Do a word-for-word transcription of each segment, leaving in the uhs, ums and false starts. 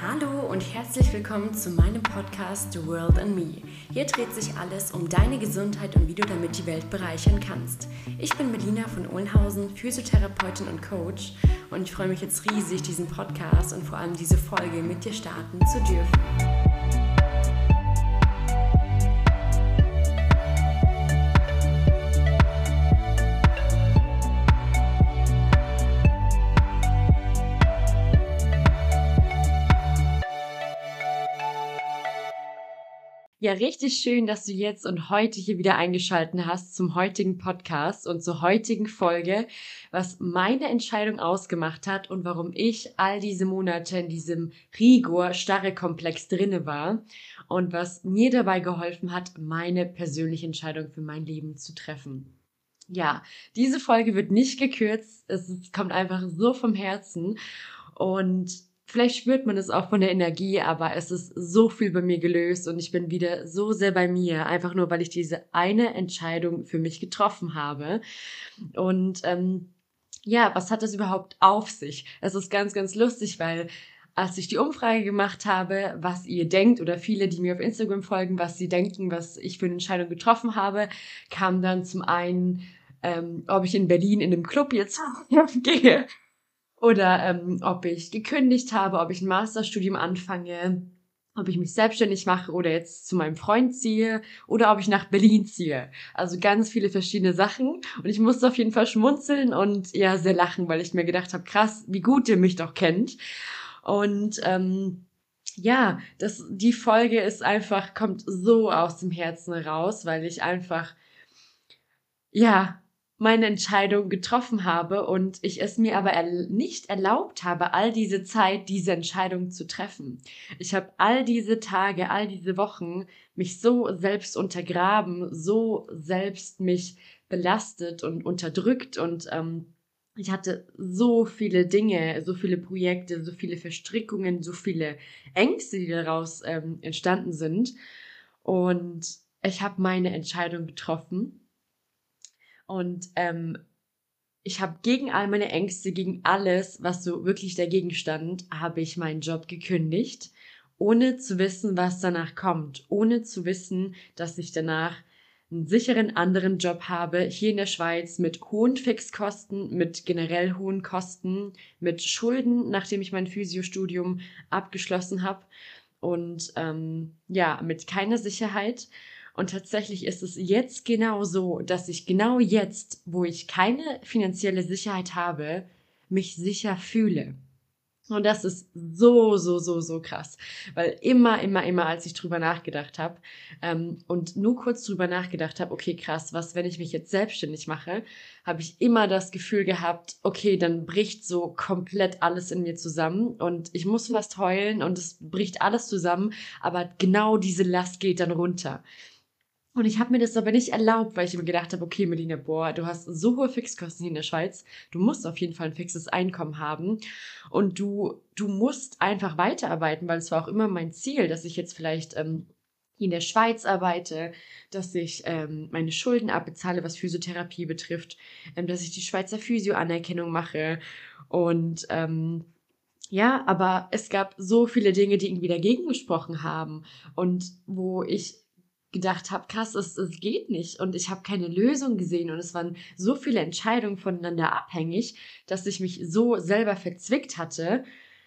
Hallo und herzlich willkommen zu meinem Podcast The World and Me. Hier dreht sich alles um deine Gesundheit und wie du damit die Welt bereichern kannst. Ich bin Melina von Ohlenhausen, Physiotherapeutin und Coach und ich freue mich jetzt riesig, diesen Podcast und vor allem diese Folge mit dir starten zu dürfen. Ja, richtig schön, dass du jetzt und heute hier wieder eingeschaltet hast zum heutigen Podcast und zur heutigen Folge, was meine Entscheidung ausgemacht hat und warum ich all diese Monate in diesem Rigor-Starre-Komplex drinne war und was mir dabei geholfen hat, meine persönliche Entscheidung für mein Leben zu treffen. Ja, diese Folge wird nicht gekürzt, es kommt einfach so vom Herzen und vielleicht spürt man es auch von der Energie, aber es ist so viel bei mir gelöst und ich bin wieder so sehr bei mir, einfach nur, weil ich diese eine Entscheidung für mich getroffen habe. Und ähm, ja, was hat das überhaupt auf sich? Es ist ganz, ganz lustig, weil als ich die Umfrage gemacht habe, was ihr denkt oder viele, die mir auf Instagram folgen, was sie denken, was ich für eine Entscheidung getroffen habe, kam dann zum einen, ähm, ob ich in Berlin in einem Club jetzt gehe. Oder ähm, ob ich gekündigt habe, ob ich ein Masterstudium anfange, ob ich mich selbstständig mache oder jetzt zu meinem Freund ziehe oder ob ich nach Berlin ziehe. Also ganz viele verschiedene Sachen. Und ich musste auf jeden Fall schmunzeln und ja, sehr lachen, weil ich mir gedacht habe, krass, wie gut ihr mich doch kennt. Und ähm, ja, das, die Folge ist einfach, kommt so aus dem Herzen raus, weil ich einfach, ja, meine Entscheidung getroffen habe und ich es mir aber er- nicht erlaubt habe, all diese Zeit diese Entscheidung zu treffen. Ich habe all diese Tage, all diese Wochen mich so selbst untergraben, so selbst mich belastet und unterdrückt und ähm, ich hatte so viele Dinge, so viele Projekte, so viele Verstrickungen, so viele Ängste, die daraus ähm, entstanden sind und ich habe meine Entscheidung getroffen. Und ähm, ich habe gegen all meine Ängste, gegen alles, was so wirklich dagegen stand, habe ich meinen Job gekündigt, ohne zu wissen, was danach kommt, ohne zu wissen, dass ich danach einen sicheren anderen Job habe, hier in der Schweiz mit hohen Fixkosten, mit generell hohen Kosten, mit Schulden, nachdem ich mein Physiostudium abgeschlossen habe und ähm, ja, mit keiner Sicherheit. Und tatsächlich ist es jetzt genau so, dass ich genau jetzt, wo ich keine finanzielle Sicherheit habe, mich sicher fühle. Und das ist so, so, so, so krass. Weil immer, immer, immer, als ich drüber nachgedacht habe ähm, und nur kurz drüber nachgedacht habe, okay, krass, was, wenn ich mich jetzt selbstständig mache, habe ich immer das Gefühl gehabt, okay, dann bricht so komplett alles in mir zusammen und ich muss fast heulen und es bricht alles zusammen, aber genau diese Last geht dann runter. Und ich habe mir das aber nicht erlaubt, weil ich mir gedacht habe, okay, Melina, boah, du hast so hohe Fixkosten hier in der Schweiz, du musst auf jeden Fall ein fixes Einkommen haben und du, du musst einfach weiterarbeiten, weil es war auch immer mein Ziel, dass ich jetzt vielleicht ähm, in der Schweiz arbeite, dass ich ähm, meine Schulden abbezahle, was Physiotherapie betrifft, ähm, dass ich die Schweizer Physio-Anerkennung mache und ähm, ja, aber es gab so viele Dinge, die irgendwie dagegen gesprochen haben und wo ich gedacht habe, krass, es, es geht nicht und ich habe keine Lösung gesehen und es waren so viele Entscheidungen voneinander abhängig, dass ich mich so selber verzwickt hatte.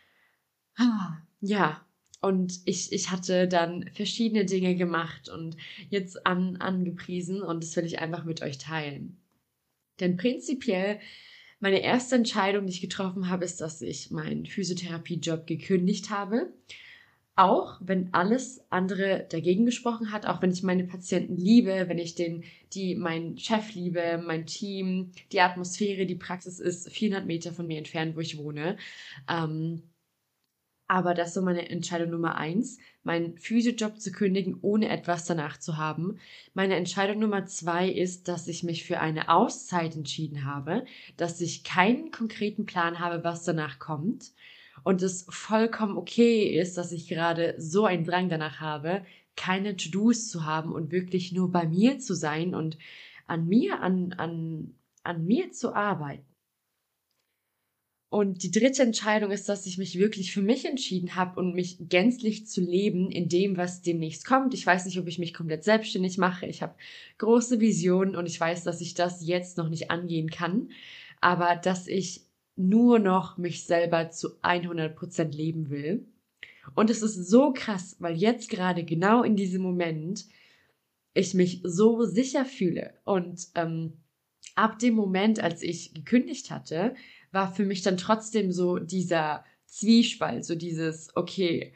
Ah, ja, und ich, ich hatte dann verschiedene Dinge gemacht und jetzt an, angepriesen und das will ich einfach mit euch teilen. Denn prinzipiell meine erste Entscheidung, die ich getroffen habe, ist, dass ich meinen Physiotherapie-Job gekündigt habe. Auch wenn alles andere dagegen gesprochen hat, auch wenn ich meine Patienten liebe, wenn ich den, die, meinen Chef liebe, mein Team, die Atmosphäre, die Praxis ist vierhundert Meter von mir entfernt, wo ich wohne. Ähm, aber das ist so meine Entscheidung Nummer eins, meinen Physiojob zu kündigen, ohne etwas danach zu haben. Meine Entscheidung Nummer zwei ist, dass ich mich für eine Auszeit entschieden habe, dass ich keinen konkreten Plan habe, was danach kommt und es vollkommen okay ist, dass ich gerade so einen Drang danach habe, keine To-Dos zu haben und wirklich nur bei mir zu sein und an mir, an, an, an mir zu arbeiten. Und die dritte Entscheidung ist, dass ich mich wirklich für mich entschieden habe und mich gänzlich zu leben in dem, was demnächst kommt. Ich weiß nicht, ob ich mich komplett selbstständig mache. Ich habe große Visionen und ich weiß, dass ich das jetzt noch nicht angehen kann. Aber dass ich nur noch mich selber zu hundert Prozent leben will. Und es ist so krass, weil jetzt gerade genau in diesem Moment ich mich so sicher fühle. Und ähm, ab dem Moment, als ich gekündigt hatte, war für mich dann trotzdem so dieser Zwiespalt, so dieses, okay,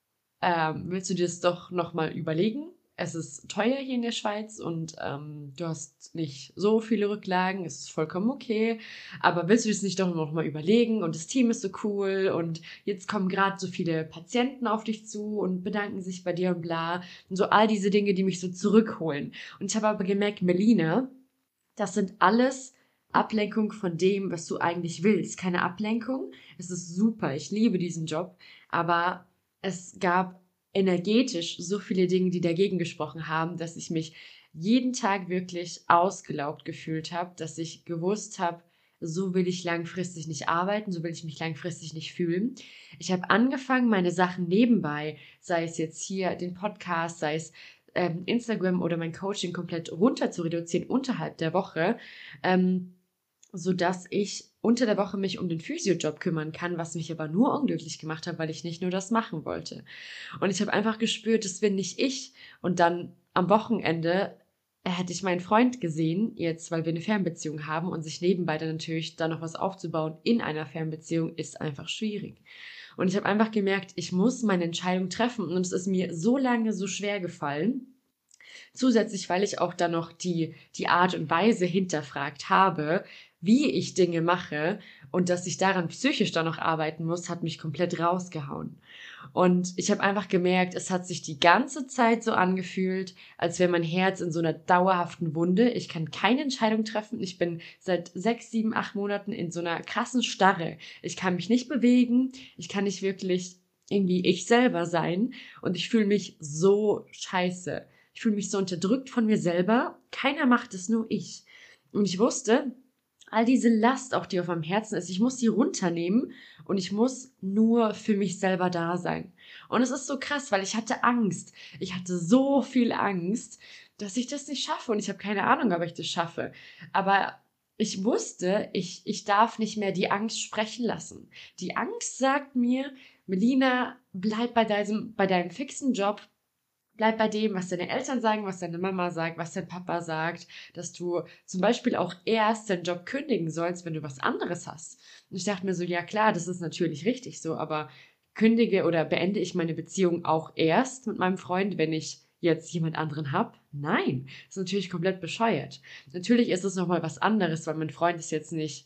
ähm, willst du dir das doch nochmal überlegen? Es ist teuer hier in der Schweiz und ähm, du hast nicht so viele Rücklagen, es ist vollkommen okay, aber willst du das nicht doch nochmal überlegen und das Team ist so cool und jetzt kommen gerade so viele Patienten auf dich zu und bedanken sich bei dir und bla und so all diese Dinge, die mich so zurückholen. Und ich habe aber gemerkt, Melina, das sind alles Ablenkung von dem, was du eigentlich willst. Keine Ablenkung. Es ist super. Ich liebe diesen Job. Aber es gab energetisch so viele Dinge, die dagegen gesprochen haben, dass ich mich jeden Tag wirklich ausgelaugt gefühlt habe, dass ich gewusst habe, so will ich langfristig nicht arbeiten, so will ich mich langfristig nicht fühlen. Ich habe angefangen, meine Sachen nebenbei, sei es jetzt hier den Podcast, sei es ähm, Instagram oder mein Coaching komplett runter zu reduzieren unterhalb der Woche, ähm, sodass ich unter der Woche mich um den Physiojob kümmern kann, was mich aber nur unglücklich gemacht hat, weil ich nicht nur das machen wollte. Und ich habe einfach gespürt, das bin nicht ich. Und dann am Wochenende hätte ich meinen Freund gesehen, jetzt weil wir eine Fernbeziehung haben und sich nebenbei dann natürlich da noch was aufzubauen in einer Fernbeziehung, ist einfach schwierig. Und ich habe einfach gemerkt, ich muss meine Entscheidung treffen und es ist mir so lange so schwer gefallen. Zusätzlich, weil ich auch dann noch die, die Art und Weise hinterfragt habe, wie ich Dinge mache und dass ich daran psychisch dann noch arbeiten muss, hat mich komplett rausgehauen. Und ich habe einfach gemerkt, es hat sich die ganze Zeit so angefühlt, als wäre mein Herz in so einer dauerhaften Wunde. Ich kann keine Entscheidung treffen. Ich bin seit sechs, sieben, acht Monaten in so einer krassen Starre. Ich kann mich nicht bewegen. Ich kann nicht wirklich irgendwie ich selber sein. Und ich fühle mich so scheiße. Ich fühle mich so unterdrückt von mir selber. Keiner macht es, nur ich. Und ich wusste, all diese Last, auch die auf meinem Herzen ist, ich muss die runternehmen und ich muss nur für mich selber da sein. Und es ist so krass, weil ich hatte Angst. Ich hatte so viel Angst, dass ich das nicht schaffe. Und ich habe keine Ahnung, ob ich das schaffe. Aber ich wusste, ich, ich darf nicht mehr die Angst sprechen lassen. Die Angst sagt mir, Melina, bleib bei deinem, bei deinem fixen Job. Bleib bei dem, was deine Eltern sagen, was deine Mama sagt, was dein Papa sagt, dass du zum Beispiel auch erst deinen Job kündigen sollst, wenn du was anderes hast. Und ich dachte mir so, ja klar, das ist natürlich richtig so, aber kündige oder beende ich meine Beziehung auch erst mit meinem Freund, wenn ich jetzt jemand anderen habe? Nein, das ist natürlich komplett bescheuert. Natürlich ist es nochmal was anderes, weil mein Freund ist jetzt nicht,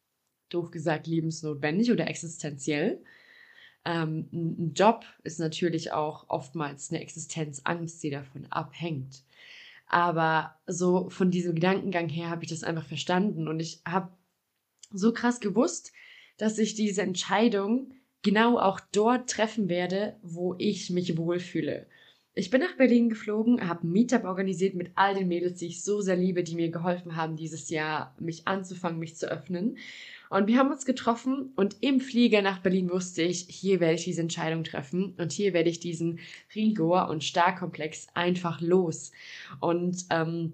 doof gesagt, lebensnotwendig oder existenziell. Ähm, ein Job ist natürlich auch oftmals eine Existenzangst, die davon abhängt. Aber so von diesem Gedankengang her habe ich das einfach verstanden und ich habe so krass gewusst, dass ich diese Entscheidung genau auch dort treffen werde, wo ich mich wohlfühle. Ich bin nach Berlin geflogen, habe ein Meetup organisiert mit all den Mädels, die ich so sehr liebe, die mir geholfen haben, dieses Jahr mich anzufangen, mich zu öffnen. Und wir haben uns getroffen und im Flieger nach Berlin wusste ich, hier werde ich diese Entscheidung treffen und hier werde ich diesen Rigor und Starkomplex einfach los. Und ähm,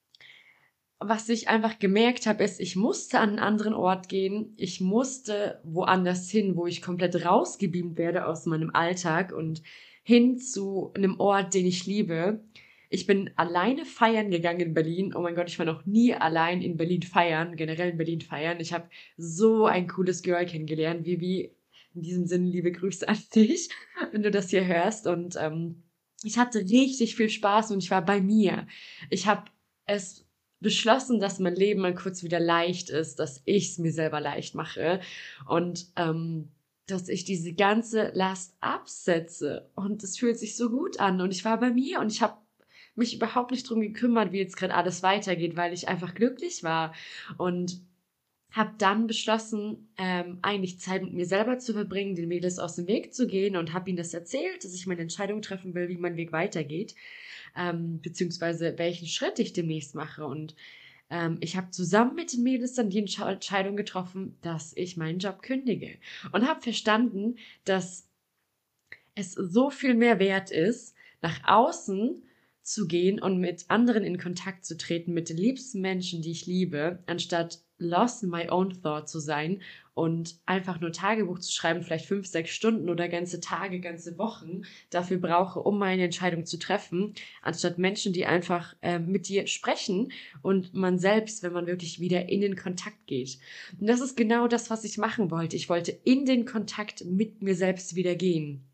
was ich einfach gemerkt habe, ist, ich musste an einen anderen Ort gehen. Ich musste woanders hin, wo ich komplett rausgebeamt werde aus meinem Alltag und hin zu einem Ort, den ich liebe. Ich bin alleine feiern gegangen in Berlin. Oh mein Gott, ich war noch nie allein in Berlin feiern, generell in Berlin feiern. Ich habe so ein cooles Girl kennengelernt. Vivi, in diesem Sinne liebe Grüße an dich, wenn du das hier hörst. Und ähm, ich hatte richtig viel Spaß und ich war bei mir. Ich habe es beschlossen, dass mein Leben mal kurz wieder leicht ist, dass ich es mir selber leicht mache und ähm, dass ich diese ganze Last absetze. Und es fühlt sich so gut an. Und ich war bei mir und ich habe mich überhaupt nicht drum gekümmert, wie jetzt gerade alles weitergeht, weil ich einfach glücklich war und habe dann beschlossen, ähm, eigentlich Zeit mit mir selber zu verbringen, den Mädels aus dem Weg zu gehen und habe ihnen das erzählt, dass ich meine Entscheidung treffen will, wie mein Weg weitergeht, ähm, beziehungsweise welchen Schritt ich demnächst mache. Und ähm, ich habe zusammen mit den Mädels dann die Entscheidung getroffen, dass ich meinen Job kündige und habe verstanden, dass es so viel mehr wert ist, nach außen zu gehen und mit anderen in Kontakt zu treten, mit den liebsten Menschen, die ich liebe, anstatt lost in my own thought zu sein und einfach nur Tagebuch zu schreiben, vielleicht fünf, sechs Stunden oder ganze Tage, ganze Wochen dafür brauche, um meine Entscheidung zu treffen, anstatt Menschen, die einfach äh, mit dir sprechen und man selbst, wenn man wirklich wieder in den Kontakt geht. Und das ist genau das, was ich machen wollte. Ich wollte in den Kontakt mit mir selbst wieder gehen.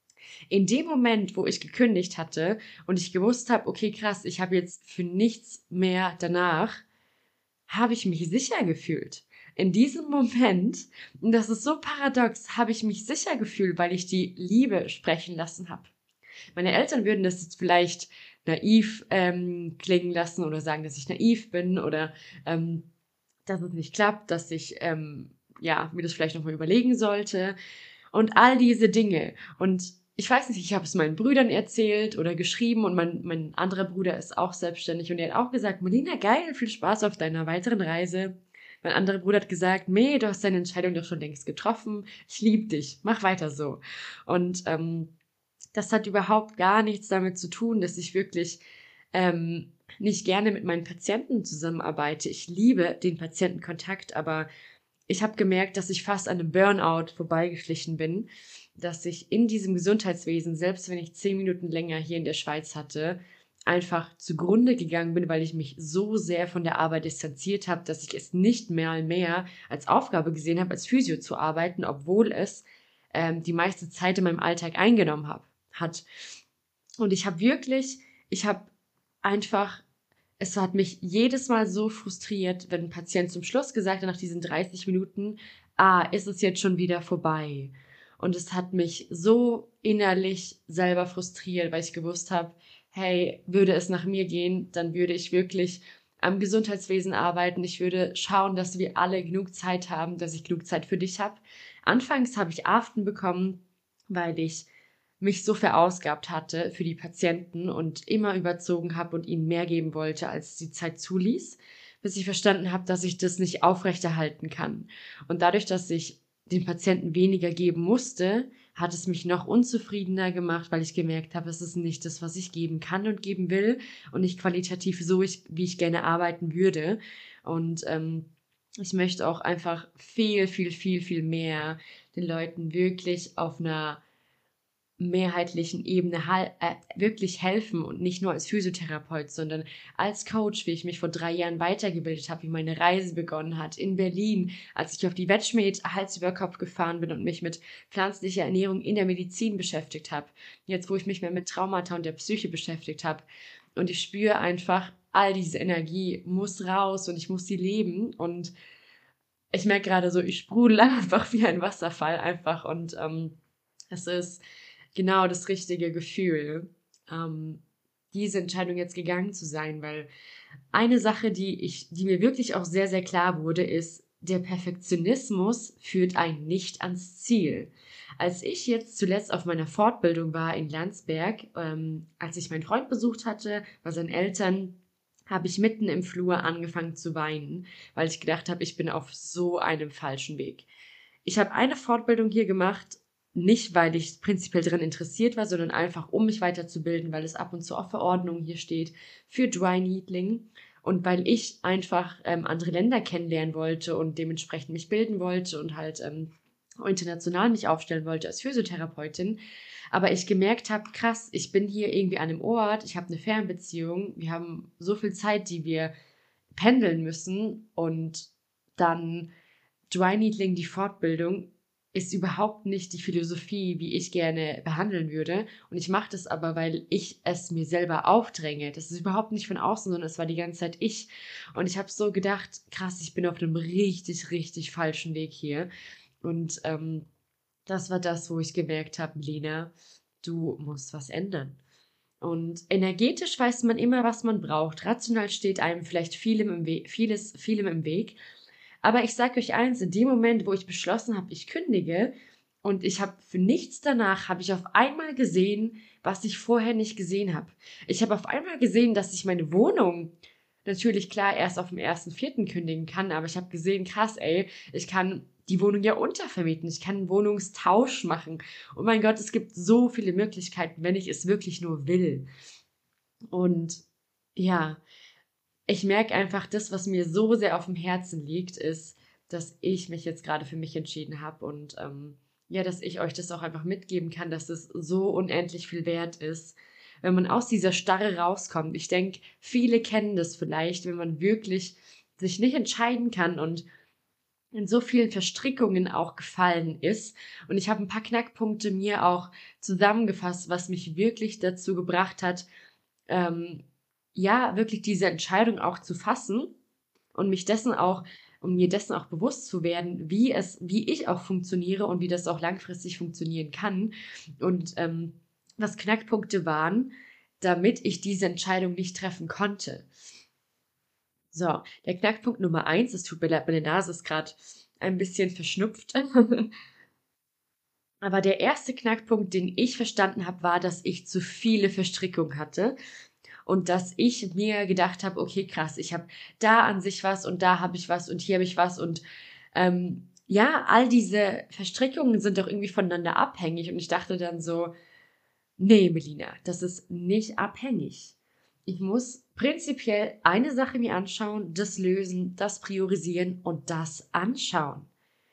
In dem Moment, wo ich gekündigt hatte und ich gewusst habe, okay, krass, ich habe jetzt für nichts mehr danach, habe ich mich sicher gefühlt. In diesem Moment, und das ist so paradox, habe ich mich sicher gefühlt, weil ich die Liebe sprechen lassen habe. Meine Eltern würden das jetzt vielleicht naiv ähm, klingen lassen oder sagen, dass ich naiv bin oder ähm, dass es nicht klappt, dass ich ähm, ja mir das vielleicht nochmal überlegen sollte und all diese Dinge. Und ich weiß nicht, ich habe es meinen Brüdern erzählt oder geschrieben und mein, mein anderer Bruder ist auch selbstständig und er hat auch gesagt, Melina, geil, viel Spaß auf deiner weiteren Reise. Mein anderer Bruder hat gesagt, Meh, du hast deine Entscheidung doch schon längst getroffen, ich liebe dich, mach weiter so. Und ähm, das hat überhaupt gar nichts damit zu tun, dass ich wirklich ähm, nicht gerne mit meinen Patienten zusammenarbeite. Ich liebe den Patientenkontakt, aber ich habe gemerkt, dass ich fast an einem Burnout vorbeigeschlichen bin, dass ich in diesem Gesundheitswesen, selbst wenn ich zehn Minuten länger hier in der Schweiz hatte, einfach zugrunde gegangen bin, weil ich mich so sehr von der Arbeit distanziert habe, dass ich es nicht mehr mehr als Aufgabe gesehen habe, als Physio zu arbeiten, obwohl es ähm, die meiste Zeit in meinem Alltag eingenommen hab, hat. Und ich habe wirklich, ich habe einfach, es hat mich jedes Mal so frustriert, wenn ein Patient zum Schluss gesagt hat, nach diesen dreißig Minuten, ah, ist es jetzt schon wieder vorbei. Und es hat mich so innerlich selber frustriert, weil ich gewusst habe, hey, würde es nach mir gehen, dann würde ich wirklich am Gesundheitswesen arbeiten. Ich würde schauen, dass wir alle genug Zeit haben, dass ich genug Zeit für dich habe. Anfangs habe ich Aften bekommen, weil ich mich so verausgabt hatte für die Patienten und immer überzogen habe und ihnen mehr geben wollte, als die Zeit zuließ, bis ich verstanden habe, dass ich das nicht aufrechterhalten kann. Und dadurch, dass ich den Patienten weniger geben musste, hat es mich noch unzufriedener gemacht, weil ich gemerkt habe, es ist nicht das, was ich geben kann und geben will und nicht qualitativ so, ich, wie ich gerne arbeiten würde. Und ähm, ich möchte auch einfach viel, viel, viel, viel mehr den Leuten wirklich auf einer mehrheitlichen Ebene hal- äh, wirklich helfen und nicht nur als Physiotherapeut, sondern als Coach, wie ich mich vor drei Jahren weitergebildet habe, wie meine Reise begonnen hat in Berlin, als ich auf die Vetschmed Hals über Kopf gefahren bin und mich mit pflanzlicher Ernährung in der Medizin beschäftigt habe, jetzt wo ich mich mehr mit Traumata und der Psyche beschäftigt habe und ich spüre einfach, all diese Energie muss raus und ich muss sie leben und ich merke gerade so, ich sprudel einfach wie ein Wasserfall einfach und ähm, es ist genau das richtige Gefühl, ähm, diese Entscheidung jetzt gegangen zu sein, weil eine Sache, die ich, die mir wirklich auch sehr, sehr klar wurde, ist, der Perfektionismus führt einen nicht ans Ziel. Als ich jetzt zuletzt auf meiner Fortbildung war in Landsberg, ähm, als ich meinen Freund besucht hatte, bei seinen Eltern, habe ich mitten im Flur angefangen zu weinen, weil ich gedacht habe, ich bin auf so einem falschen Weg. Ich habe eine Fortbildung hier gemacht, nicht, weil ich prinzipiell daran interessiert war, sondern einfach, um mich weiterzubilden, weil es ab und zu auf Verordnungen hier steht für Dry Needling und weil ich einfach ähm, andere Länder kennenlernen wollte und dementsprechend mich bilden wollte und halt ähm, international mich aufstellen wollte als Physiotherapeutin. Aber ich gemerkt habe, krass, ich bin hier irgendwie an einem Ort, ich habe eine Fernbeziehung, wir haben so viel Zeit, die wir pendeln müssen und dann Dry Needling, die Fortbildung, ist überhaupt nicht die Philosophie, wie ich gerne behandeln würde. Und ich mache das aber, weil ich es mir selber aufdränge. Das ist überhaupt nicht von außen, sondern es war die ganze Zeit ich. Und ich habe so gedacht, krass, ich bin auf einem richtig, richtig falschen Weg hier. Und ähm, das war das, wo ich gemerkt habe, Lena, du musst was ändern. Und energetisch weiß man immer, was man braucht. Rational steht einem vielleicht vielem im We- vieles, vielem im Weg. Aber ich sage euch eins, in dem Moment, wo ich beschlossen habe, ich kündige und ich habe für nichts danach, habe ich auf einmal gesehen, was ich vorher nicht gesehen habe. Ich habe auf einmal gesehen, dass ich meine Wohnung natürlich klar erst auf dem ersten Vierten kündigen kann, aber ich habe gesehen, krass, ey, ich kann die Wohnung ja untervermieten, ich kann einen Wohnungstausch machen. Oh mein Gott, es gibt so viele Möglichkeiten, wenn ich es wirklich nur will. Und ja, ich merke einfach, das, was mir so sehr auf dem Herzen liegt, ist, dass ich mich jetzt gerade für mich entschieden habe und ähm, ja, dass ich euch das auch einfach mitgeben kann, dass es so unendlich viel wert ist, wenn man aus dieser Starre rauskommt. Ich denke, viele kennen das vielleicht, wenn man wirklich sich nicht entscheiden kann und in so vielen Verstrickungen auch gefallen ist. Und ich habe ein paar Knackpunkte mir auch zusammengefasst, was mich wirklich dazu gebracht hat, ähm, ja, wirklich diese Entscheidung auch zu fassen und mich dessen auch, um mir dessen auch bewusst zu werden, wie es, wie ich auch funktioniere und wie das auch langfristig funktionieren kann. Und ähm, was Knackpunkte waren, damit ich diese Entscheidung nicht treffen konnte. So, der Knackpunkt Nummer eins, es tut mir leid, meine Nase ist gerade ein bisschen verschnupft. Aber der erste Knackpunkt, den ich verstanden habe, war, dass ich zu viele Verstrickungen hatte und dass ich mir gedacht habe, okay, krass, ich habe da an sich was und da habe ich was und hier habe ich was und ähm, ja, all diese Verstrickungen sind doch irgendwie voneinander abhängig und ich dachte dann so, nee, Melina, das ist nicht abhängig. Ich muss prinzipiell eine Sache mir anschauen, das lösen, das priorisieren und das anschauen.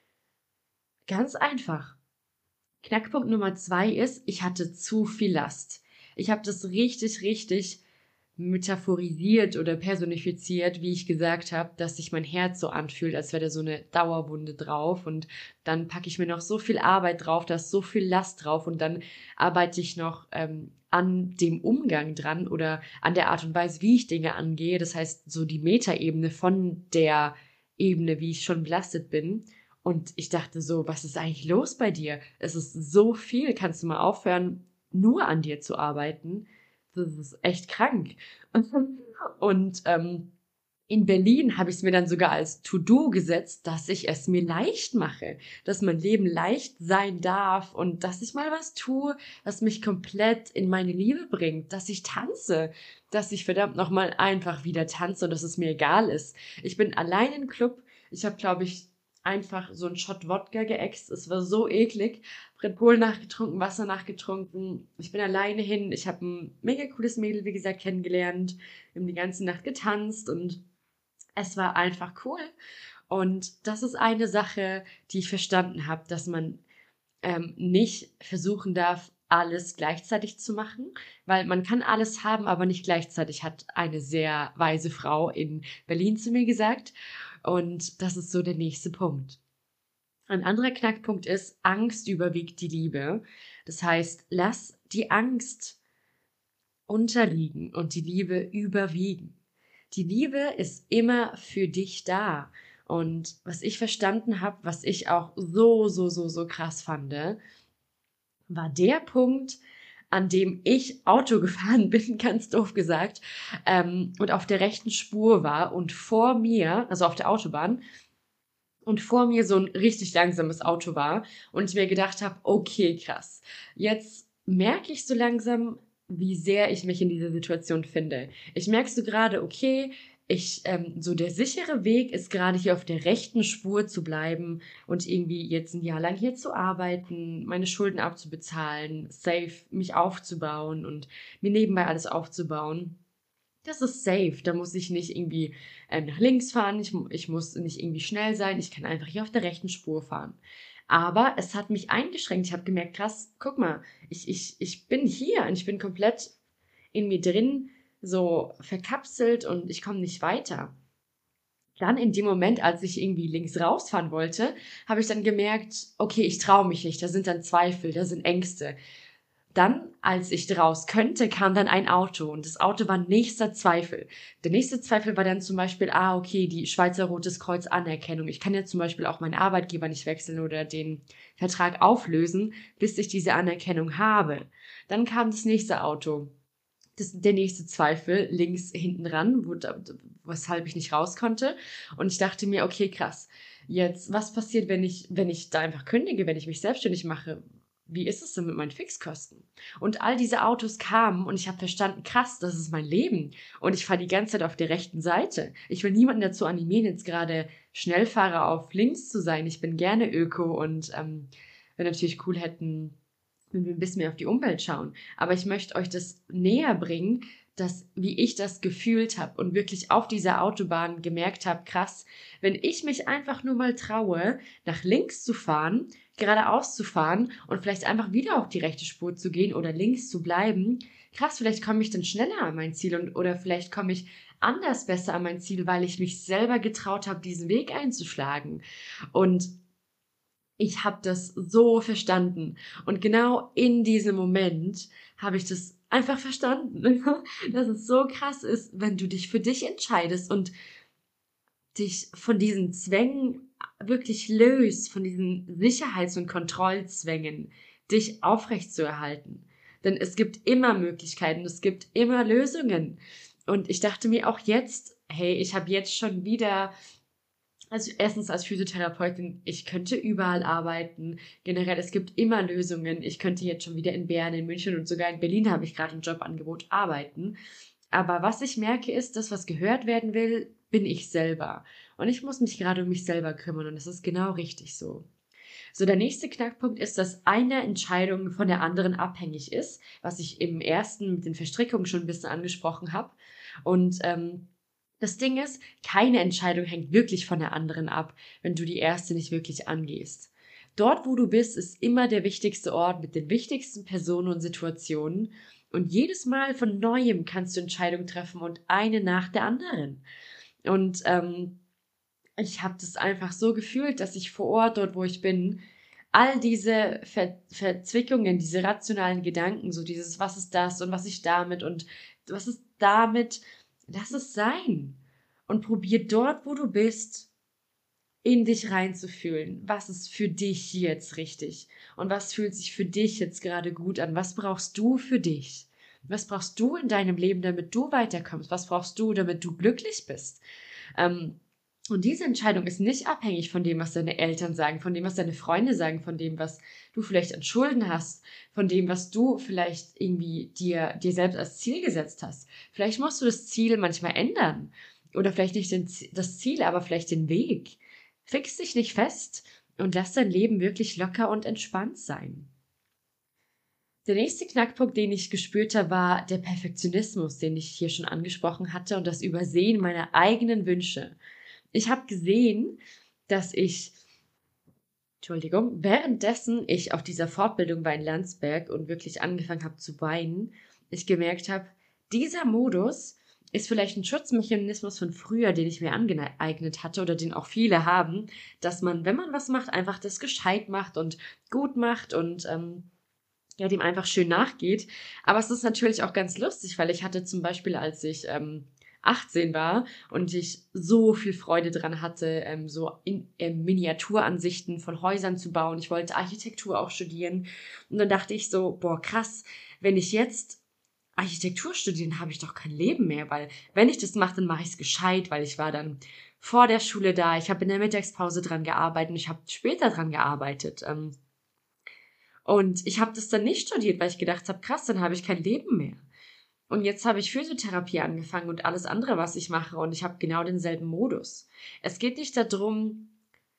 Ganz einfach. Knackpunkt Nummer zwei ist, ich hatte zu viel Last. Ich habe das richtig, richtig metaphorisiert oder personifiziert, wie ich gesagt habe, dass sich mein Herz so anfühlt, als wäre da so eine Dauerwunde drauf und dann packe ich mir noch so viel Arbeit drauf, da ist so viel Last drauf und dann arbeite ich noch ähm, an dem Umgang dran oder an der Art und Weise, wie ich Dinge angehe. Das heißt, so die Metaebene von der Ebene, wie ich schon belastet bin. Und ich dachte so, was ist eigentlich los bei dir? Es ist so viel, kannst du mal aufhören, nur an dir zu arbeiten? Das ist echt krank. Und ähm, in Berlin habe ich es mir dann sogar als To-Do gesetzt, dass ich es mir leicht mache, dass mein Leben leicht sein darf und dass ich mal was tue, was mich komplett in meine Liebe bringt, dass ich tanze, dass ich verdammt nochmal einfach wieder tanze und dass es mir egal ist. Ich bin allein im Club. Ich habe, glaube ich, einfach so einen Shot Wodka geäxt. Es war so eklig. Red Bull nachgetrunken, Wasser nachgetrunken. Ich bin alleine hin. Ich habe ein mega cooles Mädel, wie gesagt, kennengelernt. Wir haben die ganze Nacht getanzt und es war einfach cool. Und das ist eine Sache, die ich verstanden habe, dass man ähm, nicht versuchen darf, alles gleichzeitig zu machen, weil man kann alles haben, aber nicht gleichzeitig, hat eine sehr weise Frau in Berlin zu mir gesagt. Und das ist so der nächste Punkt. Ein anderer Knackpunkt ist, Angst überwiegt die Liebe. Das heißt, lass die Angst unterliegen und die Liebe überwiegen. Die Liebe ist immer für dich da. Und was ich verstanden habe, was ich auch so, so, so, so krass fand, war der Punkt, an dem ich Auto gefahren bin, ganz doof gesagt, ähm, und auf der rechten Spur war und vor mir, also auf der Autobahn, und vor mir so ein richtig langsames Auto war und ich mir gedacht habe, okay, krass, jetzt merke ich so langsam, wie sehr ich mich in dieser Situation finde. Ich merke so gerade, okay, ich, ähm, so der sichere Weg ist gerade hier auf der rechten Spur zu bleiben und irgendwie jetzt ein Jahr lang hier zu arbeiten, meine Schulden abzubezahlen, safe mich aufzubauen und mir nebenbei alles aufzubauen. Das ist safe. Da muss ich nicht irgendwie ähm, nach links fahren. Ich, mu- ich muss nicht irgendwie schnell sein. Ich kann einfach hier auf der rechten Spur fahren. Aber es hat mich eingeschränkt. Ich habe gemerkt, krass, guck mal, ich, ich, ich bin hier und ich bin komplett in mir drin so verkapselt und ich komme nicht weiter. Dann in dem Moment, als ich irgendwie links rausfahren wollte, habe ich dann gemerkt, okay, ich traue mich nicht. Da sind dann Zweifel, da sind Ängste. Dann, als ich raus könnte, kam dann ein Auto und das Auto war nächster Zweifel. Der nächste Zweifel war dann zum Beispiel, ah, okay, die Schweizer Rotes Kreuz Anerkennung. Ich kann ja zum Beispiel auch meinen Arbeitgeber nicht wechseln oder den Vertrag auflösen, bis ich diese Anerkennung habe. Dann kam das nächste Auto. Das, der nächste Zweifel links hinten ran, wo, weshalb ich nicht raus konnte. Und ich dachte mir, okay, krass. Jetzt, was passiert, wenn ich, wenn ich da einfach kündige, wenn ich mich selbstständig mache? wie ist es denn mit meinen Fixkosten? Und all diese Autos kamen und ich habe verstanden, krass, das ist mein Leben. Und ich fahre die ganze Zeit auf der rechten Seite. Ich will niemanden dazu animieren, jetzt gerade Schnellfahrer auf links zu sein. Ich bin gerne Öko und ähm, wir natürlich cool hätten, wenn wir ein bisschen mehr auf die Umwelt schauen. Aber ich möchte euch das näher bringen, dass, wie ich das gefühlt habe und wirklich auf dieser Autobahn gemerkt habe, krass, wenn ich mich einfach nur mal traue, nach links zu fahren, geradeaus zu fahren und vielleicht einfach wieder auf die rechte Spur zu gehen oder links zu bleiben, krass, vielleicht komme ich dann schneller an mein Ziel und oder vielleicht komme ich anders besser an mein Ziel, weil ich mich selber getraut habe, diesen Weg einzuschlagen. Und ich habe das so verstanden. Und genau in diesem Moment habe ich das einfach verstanden, dass es so krass ist, wenn du dich für dich entscheidest und dich von diesen Zwängen wirklich löst, von diesen Sicherheits- und Kontrollzwängen, dich aufrechtzuerhalten. Denn es gibt immer Möglichkeiten, es gibt immer Lösungen. Und ich dachte mir auch jetzt, hey, ich habe jetzt schon wieder, also erstens als Physiotherapeutin, ich könnte überall arbeiten. Generell, es gibt immer Lösungen. Ich könnte jetzt schon wieder in Bern, in München und sogar in Berlin habe ich gerade ein Jobangebot arbeiten. Aber was ich merke ist, das, was gehört werden will, bin ich selber. Und ich muss mich gerade um mich selber kümmern und das ist genau richtig so. So, der nächste Knackpunkt ist, dass eine Entscheidung von der anderen abhängig ist, was ich im ersten mit den Verstrickungen schon ein bisschen angesprochen habe. Und ähm, das Ding ist, keine Entscheidung hängt wirklich von der anderen ab, wenn du die erste nicht wirklich angehst. Dort, wo du bist, ist immer der wichtigste Ort mit den wichtigsten Personen und Situationen. Und jedes Mal von Neuem kannst du Entscheidungen treffen und eine nach der anderen. Und ähm, ich habe das einfach so gefühlt, dass ich vor Ort, dort wo ich bin, all diese Ver Verzwickungen, diese rationalen Gedanken, so dieses, was ist das und was ich damit und was ist damit, lass es sein. Und probier dort, wo du bist, in dich reinzufühlen. Was ist für dich jetzt richtig? Und was fühlt sich für dich jetzt gerade gut an? Was brauchst du für dich? Was brauchst du in deinem Leben, damit du weiterkommst? Was brauchst du, damit du glücklich bist? Ähm, und diese Entscheidung ist nicht abhängig von dem, was deine Eltern sagen, von dem, was deine Freunde sagen, von dem, was du vielleicht an Schulden hast, von dem, was du vielleicht irgendwie dir, dir selbst als Ziel gesetzt hast. Vielleicht musst du das Ziel manchmal ändern. Oder vielleicht nicht den, das Ziel, aber vielleicht den Weg. Fix dich nicht fest und lass dein Leben wirklich locker und entspannt sein. Der nächste Knackpunkt, den ich gespürt habe, war der Perfektionismus, den ich hier schon angesprochen hatte und das Übersehen meiner eigenen Wünsche. Ich habe gesehen, dass ich, Entschuldigung, währenddessen ich auf dieser Fortbildung war in Landsberg und wirklich angefangen habe zu weinen, ich gemerkt habe, dieser Modus ist vielleicht ein Schutzmechanismus von früher, den ich mir angeeignet hatte oder den auch viele haben, dass man, wenn man was macht, einfach das gescheit macht und gut macht und ähm, ja, dem einfach schön nachgeht. Aber es ist natürlich auch ganz lustig, weil ich hatte zum Beispiel, als ich ähm, achtzehn war und ich so viel Freude dran hatte, ähm, so in, äh, Miniaturansichten von Häusern zu bauen. Ich wollte Architektur auch studieren. Und dann dachte ich so, boah, krass, wenn ich jetzt Architektur studiere, habe ich doch kein Leben mehr, weil wenn ich das mache, dann mache ich es gescheit, weil ich war dann vor der Schule da, ich habe in der Mittagspause dran gearbeitet und ich habe später dran gearbeitet. Ähm, und ich habe das dann nicht studiert, weil ich gedacht habe, krass, dann habe ich kein Leben mehr. Und jetzt habe ich Physiotherapie angefangen und alles andere, was ich mache. Und ich habe genau denselben Modus. Es geht nicht darum,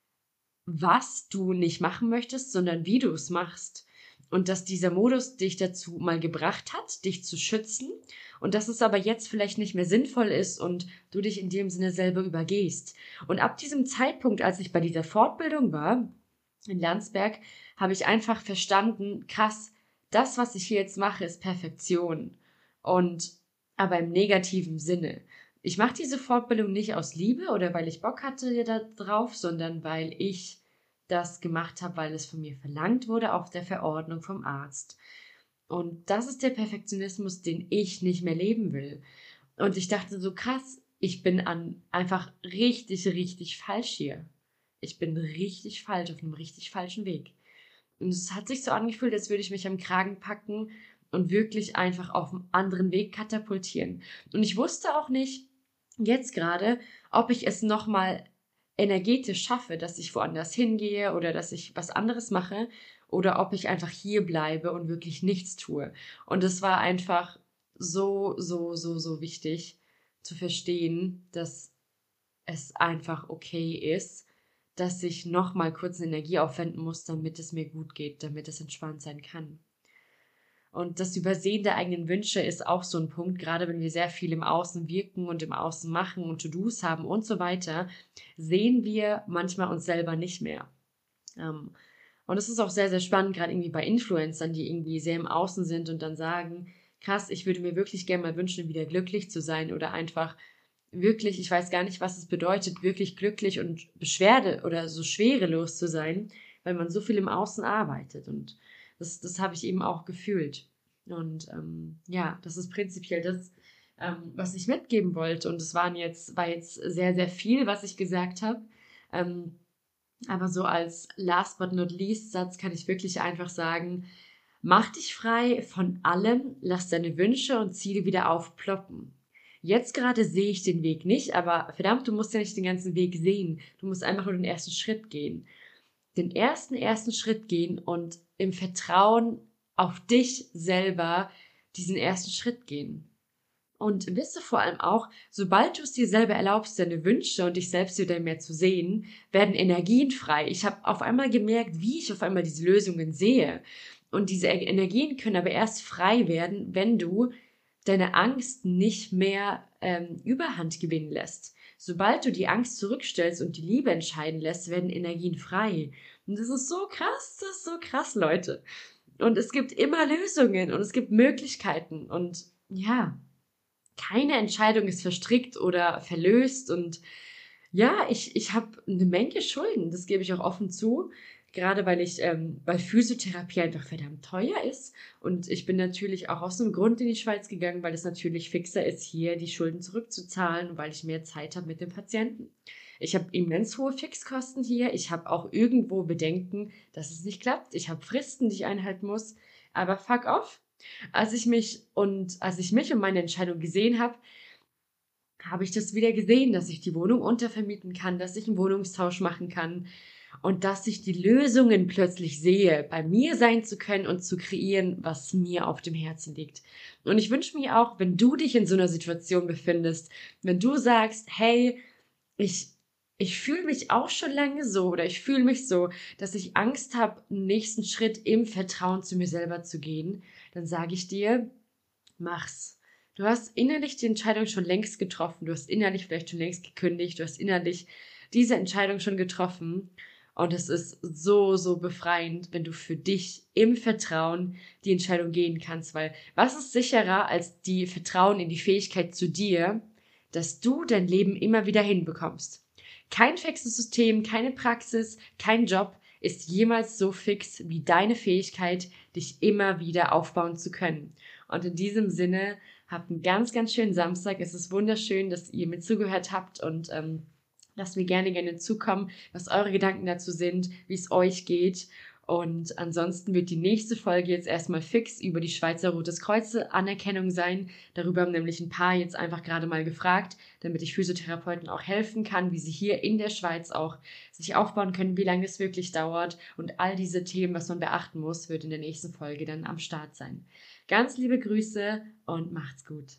was du nicht machen möchtest, sondern wie du es machst. Und dass dieser Modus dich dazu mal gebracht hat, dich zu schützen. Und dass es aber jetzt vielleicht nicht mehr sinnvoll ist und du dich in dem Sinne selber übergehst. Und ab diesem Zeitpunkt, als ich bei dieser Fortbildung war, in Landsberg, habe ich einfach verstanden, krass, das, was ich hier jetzt mache, ist Perfektion. Und aber im negativen Sinne. Ich mache diese Fortbildung nicht aus Liebe oder weil ich Bock hatte da drauf, sondern weil ich das gemacht habe, weil es von mir verlangt wurde auf der Verordnung vom Arzt. Und das ist der Perfektionismus, den ich nicht mehr leben will. Und ich dachte so krass, ich bin an einfach richtig, richtig falsch hier. Ich bin richtig falsch, auf einem richtig falschen Weg. Und es hat sich so angefühlt, als würde ich mich am Kragen packen und wirklich einfach auf einen anderen Weg katapultieren. Und ich wusste auch nicht, jetzt gerade, ob ich es nochmal energetisch schaffe, dass ich woanders hingehe oder dass ich was anderes mache oder ob ich einfach hier bleibe und wirklich nichts tue. Und es war einfach so, so, so, so wichtig zu verstehen, dass es einfach okay ist, dass ich nochmal kurz eine Energie aufwenden muss, damit es mir gut geht, damit es entspannt sein kann. Und das Übersehen der eigenen Wünsche ist auch so ein Punkt, gerade wenn wir sehr viel im Außen wirken und im Außen machen und To-Dos haben und so weiter, sehen wir manchmal uns selber nicht mehr. Ähm, und es ist auch sehr, sehr spannend, gerade irgendwie bei Influencern, die irgendwie sehr im Außen sind und dann sagen, krass, ich würde mir wirklich gerne mal wünschen, wieder glücklich zu sein oder einfach wirklich, ich weiß gar nicht, was es bedeutet, wirklich glücklich und beschwerde oder so schwerelos zu sein, weil man so viel im Außen arbeitet. Und das, das habe ich eben auch gefühlt. Und ähm, ja, das ist prinzipiell das, ähm, was ich mitgeben wollte. Und es waren jetzt, war jetzt sehr, sehr viel, was ich gesagt habe. Ähm, aber so als last but not least Satz kann ich wirklich einfach sagen, mach dich frei von allem, lass deine Wünsche und Ziele wieder aufploppen. Jetzt gerade sehe ich den Weg nicht, aber verdammt, du musst ja nicht den ganzen Weg sehen. Du musst einfach nur den ersten Schritt gehen. Den ersten, ersten Schritt gehen und im Vertrauen auf dich selber diesen ersten Schritt gehen. Und wisse vor allem auch, sobald du es dir selber erlaubst, deine Wünsche und dich selbst wieder mehr zu sehen, werden Energien frei. Ich habe auf einmal gemerkt, wie ich auf einmal diese Lösungen sehe. Und diese Energien können aber erst frei werden, wenn du deine Angst nicht mehr ähm, Überhand gewinnen lässt. Sobald du die Angst zurückstellst und die Liebe entscheiden lässt, werden Energien frei. Und das ist so krass, das ist so krass, Leute. Und es gibt immer Lösungen und es gibt Möglichkeiten. Und ja, keine Entscheidung ist verstrickt oder verlöst. Und ja, ich, ich habe eine Menge Schulden, das gebe ich auch offen zu. Gerade weil ich, ähm, weil Physiotherapie einfach verdammt teuer ist. Und ich bin natürlich auch aus einem Grund in die Schweiz gegangen, weil es natürlich fixer ist, hier die Schulden zurückzuzahlen, weil ich mehr Zeit habe mit dem Patienten. Ich habe immens hohe Fixkosten hier. Ich habe auch irgendwo Bedenken, dass es nicht klappt. Ich habe Fristen, die ich einhalten muss. Aber fuck off. Als ich mich und als ich mich und meine Entscheidung gesehen habe, habe ich das wieder gesehen, dass ich die Wohnung untervermieten kann, dass ich einen Wohnungstausch machen kann und dass ich die Lösungen plötzlich sehe, bei mir sein zu können und zu kreieren, was mir auf dem Herzen liegt. Und ich wünsche mir auch, wenn du dich in so einer Situation befindest, wenn du sagst, hey, ich ich fühle mich auch schon lange so oder ich fühle mich so, dass ich Angst habe, einen nächsten Schritt im Vertrauen zu mir selber zu gehen, dann sage ich dir, mach's. Du hast innerlich die Entscheidung schon längst getroffen. Du hast innerlich vielleicht schon längst gekündigt. Du hast innerlich diese Entscheidung schon getroffen. Und es ist so, so befreiend, wenn du für dich im Vertrauen die Entscheidung gehen kannst. Weil was ist sicherer als die Vertrauen in die Fähigkeit zu dir, dass du dein Leben immer wieder hinbekommst? Kein fixes System, keine Praxis, kein Job ist jemals so fix wie deine Fähigkeit, dich immer wieder aufbauen zu können. Und in diesem Sinne, habt einen ganz, ganz schönen Samstag. Es ist wunderschön, dass ihr mir zugehört habt und ähm, lasst mir gerne, gerne zukommen, was eure Gedanken dazu sind, wie es euch geht. Und ansonsten wird die nächste Folge jetzt erstmal fix über die Schweizer Rotes Kreuz Anerkennung sein. Darüber haben nämlich ein paar jetzt einfach gerade mal gefragt, damit ich Physiotherapeuten auch helfen kann, wie sie hier in der Schweiz auch sich aufbauen können, wie lange es wirklich dauert. Und all diese Themen, was man beachten muss, wird in der nächsten Folge dann am Start sein. Ganz liebe Grüße und macht's gut.